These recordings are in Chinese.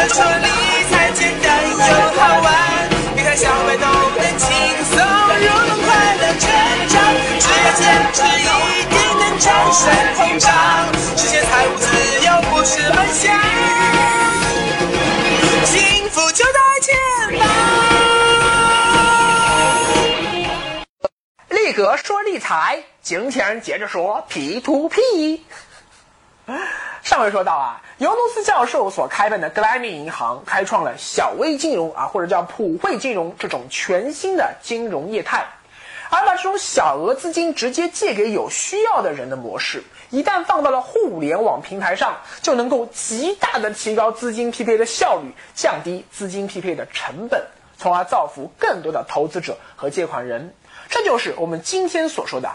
哥说理财简单又好玩，理财小白都能轻松入门快乐成长，只要坚持一定能战胜通胀，实现财务自由不是梦想，幸福就在前方。 力哥说理财，今天接着说 P2P。上回说到啊，尤努斯教授所开办的格莱美银行开创了小微金融或者叫普惠金融这种全新的金融业态，而把这种小额资金直接借给有需要的人的模式，一旦放到了互联网平台上，就能够极大的提高资金匹配的效率，降低资金匹配的成本，从而造福更多的投资者和借款人。这就是我们今天所说的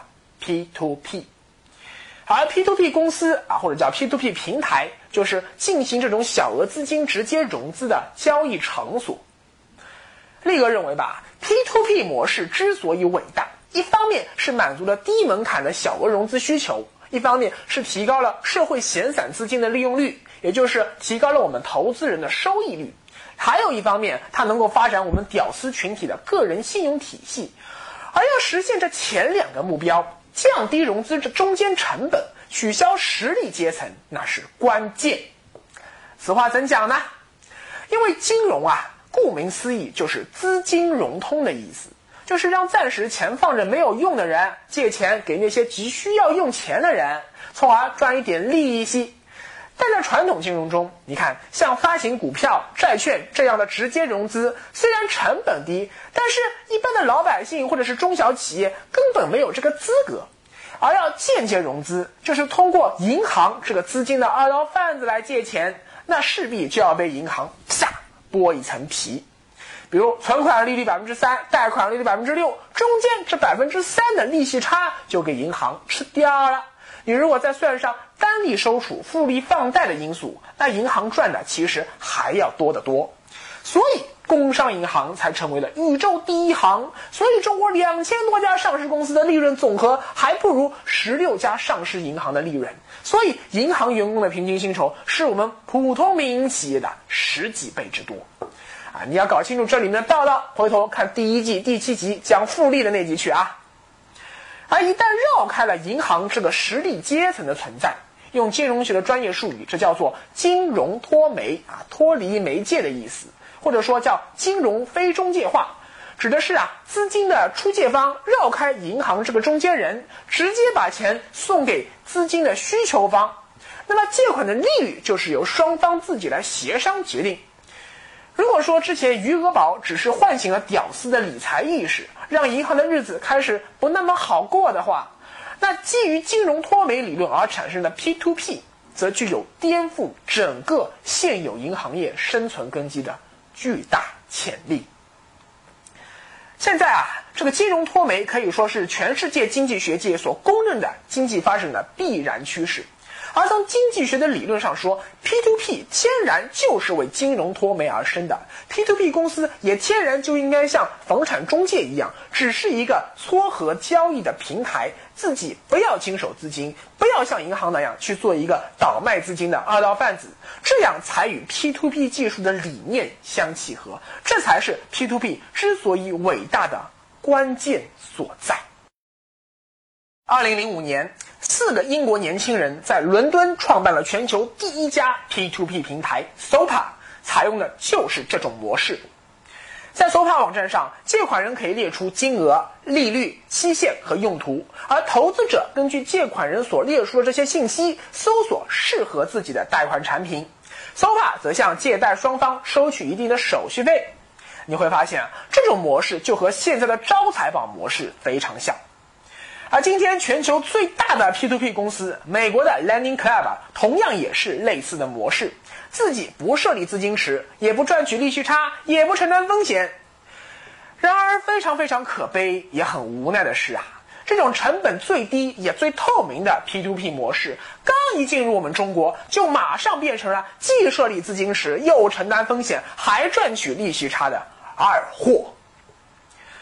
P2P。而 P2P 公司或者叫 P2P 平台，就是进行这种小额资金直接融资的交易场所。力哥认为吧， P2P 模式之所以伟大，一方面是满足了低门槛的小额融资需求，一方面是提高了社会闲散资金的利用率，也就是提高了我们投资人的收益率。还有一方面，它能够发展我们屌丝群体的个人信用体系。而要实现这前两个目标，降低融资中间成本，取消实力阶层，那是关键。此话怎讲呢？因为金融顾名思义就是资金融通的意思，就是让暂时钱放着没有用的人借钱给那些急需要用钱的人，从而赚一点利息。但在传统金融中，你看像发行股票、债券这样的直接融资，虽然成本低，但是一般的老百姓或者是中小企业根本没有这个资格。而要间接融资，就是通过银行这个资金的二道贩子来借钱，那势必就要被银行剥一层皮。比如存款利率 3%， 贷款利率 6%， 中间这 3% 的利息差就给银行吃掉了。你如果再算上单利收储、复利放贷的因素，那银行赚的其实还要多得多。所以工商银行才成为了宇宙第一行，所以中国2000多家上市公司的利润总和还不如16家上市银行的利润，所以银行员工的平均薪酬是我们普通民营企业的10几倍之多。你要搞清楚这里面的道道，回头看第1季第7集讲复利的那集去啊。而一旦绕开了银行这个实力阶层的存在，用金融学的专业术语，这叫做金融脱媒脱离媒介的意思，或者说叫金融非中介化，指的是资金的出借方绕开银行这个中间人，直接把钱送给资金的需求方。那么借款的利率就是由双方自己来协商决定。如果说之前余额宝只是唤醒了屌丝的理财意识，让银行的日子开始不那么好过的话，那基于金融脱媒理论而产生的 P2P 则具有颠覆整个现有银行业生存根基的巨大潜力。现在这个金融脱媒可以说是全世界经济学界所公认的经济发展的必然趋势。而从经济学的理论上说， P2P 天然就是为金融脱媒而生的， P2P 公司也天然就应该像房产中介一样，只是一个撮合交易的平台，自己不要经手资金，不要像银行那样去做一个倒卖资金的二道贩子，这样才与 P2P 技术的理念相契合，这才是 P2P 之所以伟大的关键所在。2005年，4个英国年轻人在伦敦创办了全球第一家 P2P 平台 SOPA， 采用的就是这种模式。在 SOPA 网站上，借款人可以列出金额、利率、期限和用途，而投资者根据借款人所列出的这些信息，搜索适合自己的贷款产品。SOPA 则向借贷双方收取一定的手续费。你会发现这种模式就和现在的招财宝模式非常像。而今天全球最大的 P2P 公司美国的 Lending Club 同样也是类似的模式，自己不设立资金池，也不赚取利息差，也不承担风险。然而非常非常可悲也很无奈的是这种成本最低也最透明的 P2P 模式刚一进入我们中国，就马上变成了既设立资金池又承担风险还赚取利息差的二货。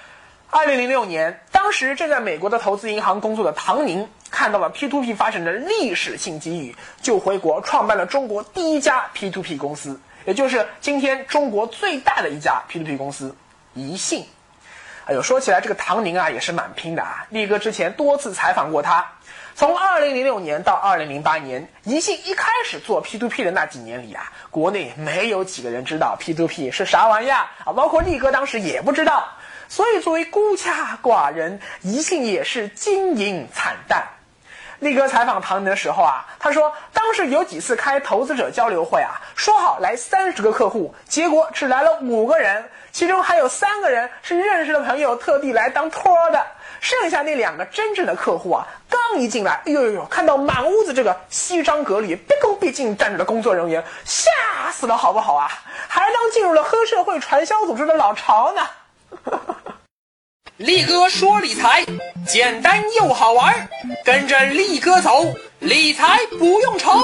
2006年，当时正在美国的投资银行工作的唐宁看到了 P2P 发展的历史性机遇，就回国创办了中国第一家 P2P 公司，也就是今天中国最大的一家 P2P 公司宜信。哎呦，说起来这个唐宁啊也是蛮拼的啊，力哥之前多次采访过他。从2006年到2008年，宜信一开始做 P2P 的那几年里啊，国内没有几个人知道 P2P 是啥玩意啊，包括力哥当时也不知道。所以作为孤家寡人，宜信也是经营惨淡。力哥采访唐宁的时候啊，他说当时有几次开投资者交流会啊，说好来30个客户，结果只来了5个人，其中还有3个人是认识的朋友特地来当托的，剩下那2个真正的客户啊，刚一进来，哎呦，看到满屋子这个西装革履、毕恭毕敬站着的工作人员，吓死了好不好啊？还当进入了黑社会传销组织的老巢呢。力哥说理财简单又好玩，跟着力哥走，理财不用愁。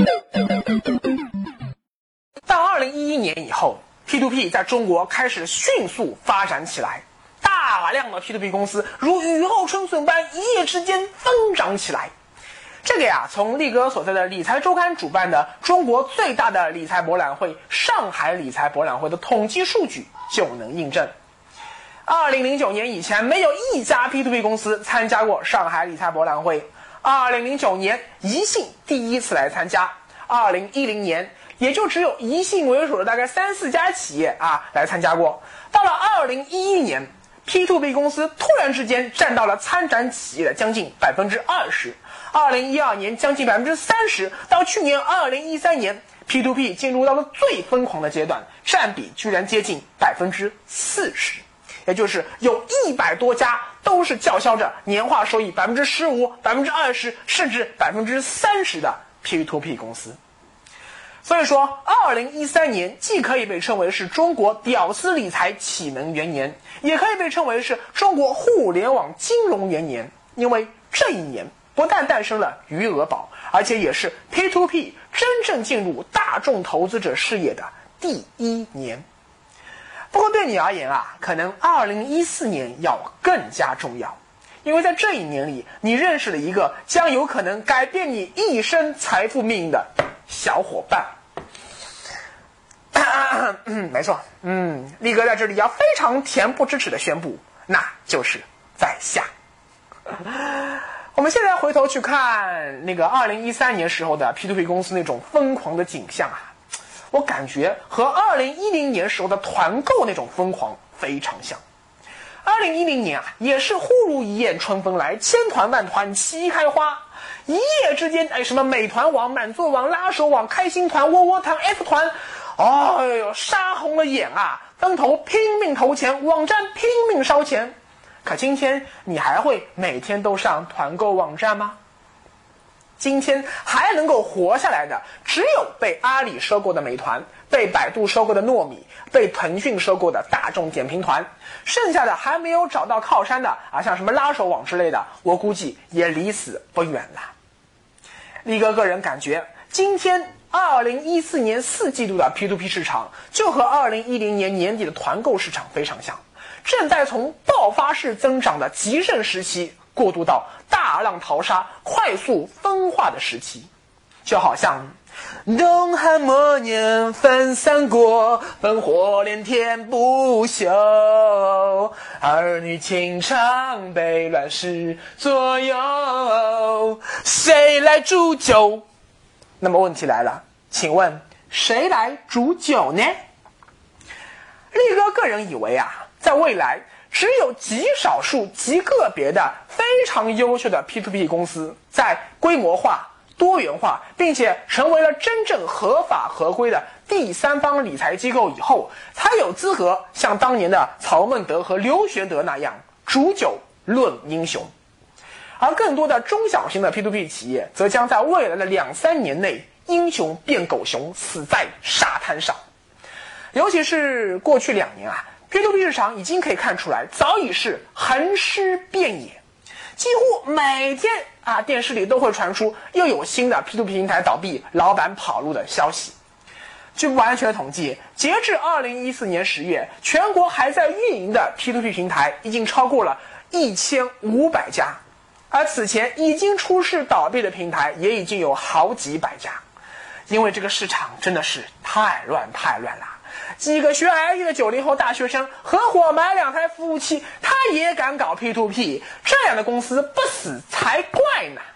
到2011年以后， P2P 在中国开始迅速发展起来，大量的 P2P 公司如雨后春笋般一夜之间疯长起来。这个呀，从力哥所在的理财周刊主办的中国最大的理财博览会上海理财博览会的统计数据就能印证。2009年以前，没有一家 P2P 公司参加过上海理财博览会。2009年，宜信第一次来参加。2010年，也就只有宜信为首的大概3、4家企业来参加过。到了2011年， P2P 公司突然之间占到了参展企业的将近20%。2012年将近30%，到去年2013年。P2P 进入到了最疯狂的阶段，占比居然接近40%，也就是有100多家都是叫嚣着年化收益15%、20%甚至30%的 P2P 公司。所以说2013年既可以被称为是中国屌丝理财启蒙元年，也可以被称为是中国互联网金融元年，因为这一年不但诞生了余额宝，而且也是 P2P 真正进入大众投资者视野的第1年。不过对你而言可能2014年要更加重要，因为在这一年里，你认识了一个将有可能改变你一生财富命运的小伙伴。没错，力哥在这里要非常恬不知耻的宣布，那就是在下。我们现在回头去看那个2013年时候的 P2P 公司那种疯狂的景象我感觉和2010年时候的团购那种疯狂非常像。2010年也是忽如一夜春风来，千团万团齐开花，一夜之间什么美团网、满座网、拉手网、开心团、窝窝团、F 团，哎呦，杀红了眼灯头拼命投钱，网站拼命烧钱。可今天你还会每天都上团购网站吗？今天还能够活下来的，只有被阿里收购的美团，被百度收购的糯米，被腾讯收购的大众点评团，剩下的还没有找到靠山的像什么拉手网之类的，我估计也离死不远了。力哥个人感觉，今天2014年4季度的 P2P 市场就和2010年年底的团购市场非常像，正在从爆发式增长的极盛时期过渡到大浪淘沙、快速分化的时期，就好像东汉末年分三国，烽火连天不休，儿女情长被乱世左右，谁来煮酒？那么问题来了，请问谁来煮酒呢？力哥个人以为在未来只有极少数极个别的非常优秀的 P2P 公司在规模化、多元化，并且成为了真正合法合规的第三方理财机构以后，才有资格像当年的曹孟德和刘玄德那样煮酒论英雄。而更多的中小型的 P2P 企业则将在未来的2、3年内英雄变狗熊，死在沙滩上。尤其是过去2年P2P 市场已经可以看出来，早已是横尸遍野，几乎每天电视里都会传出又有新的 P2P 平台倒闭、老板跑路的消息。 据不完全统计，截至2014年10月，全国还在运营的 P2P 平台已经超过了1500家，而此前已经出事倒闭的平台也已经有好几百家。因为这个市场真的是太乱了，几个学 IT 的90后大学生合伙买2台服务器，他也敢搞 P2P， 这样的公司不死才怪呢。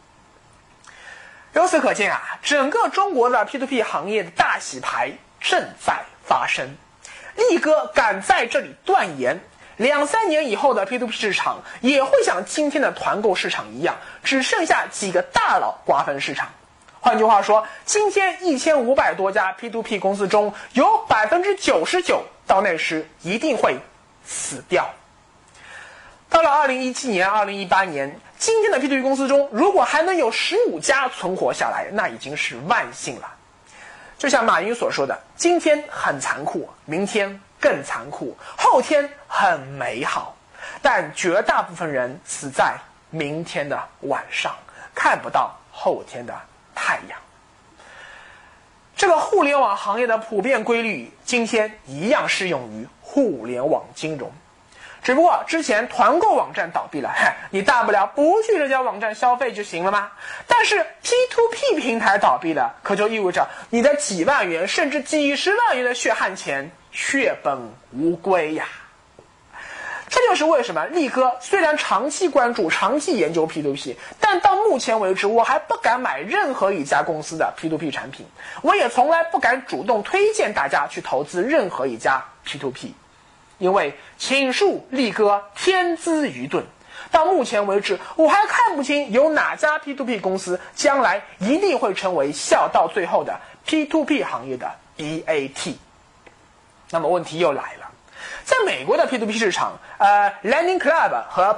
由此可见啊，整个中国的 P2P 行业的大洗牌正在发生。力哥敢在这里断言，2-3年以后的 P2P 市场也会像今天的团购市场一样，只剩下几个大佬瓜分市场。换句话说，今天1500多家 P2P 公司中有 99% 到那时一定会死掉。到了2017年、2018年，今天的 P2P 公司中，如果还能有15家存活下来，那已经是万幸了。就像马云所说的，今天很残酷，明天更残酷，后天很美好，但绝大部分人死在明天的晚上，看不到后天的太阳。这个互联网行业的普遍规律，今天一样适用于互联网金融。只不过之前团购网站倒闭了，你大不了不去这家网站消费就行了吗？但是 P2P 平台倒闭了，可就意味着你的几万元甚至几十万元的血汗钱血本无归呀。这就是为什么力哥虽然长期关注、长期研究 P2P， 但到目前为止我还不敢买任何一家公司的 P2P 产品，我也从来不敢主动推荐大家去投资任何一家 P2P。因为请恕力哥天资愚钝，到目前为止我还看不清有哪家 P2P 公司将来一定会成为笑到最后的 P2P 行业的 BAT。 那么问题又来了，在美国的 P2P 市场Lending Club 和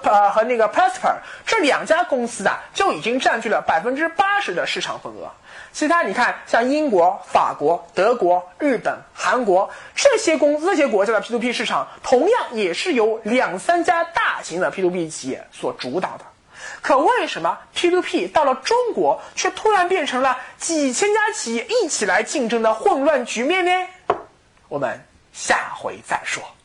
Prosper 这2家公司啊，就已经占据了 80% 的市场份额。其他你看，像英国、法国、德国、日本、韩国这些国家的 P2P 市场，同样也是由2-3家大型的 P2P 企业所主导的。可为什么 P2P 到了中国，却突然变成了几千家企业一起来竞争的混乱局面呢？我们下回再说。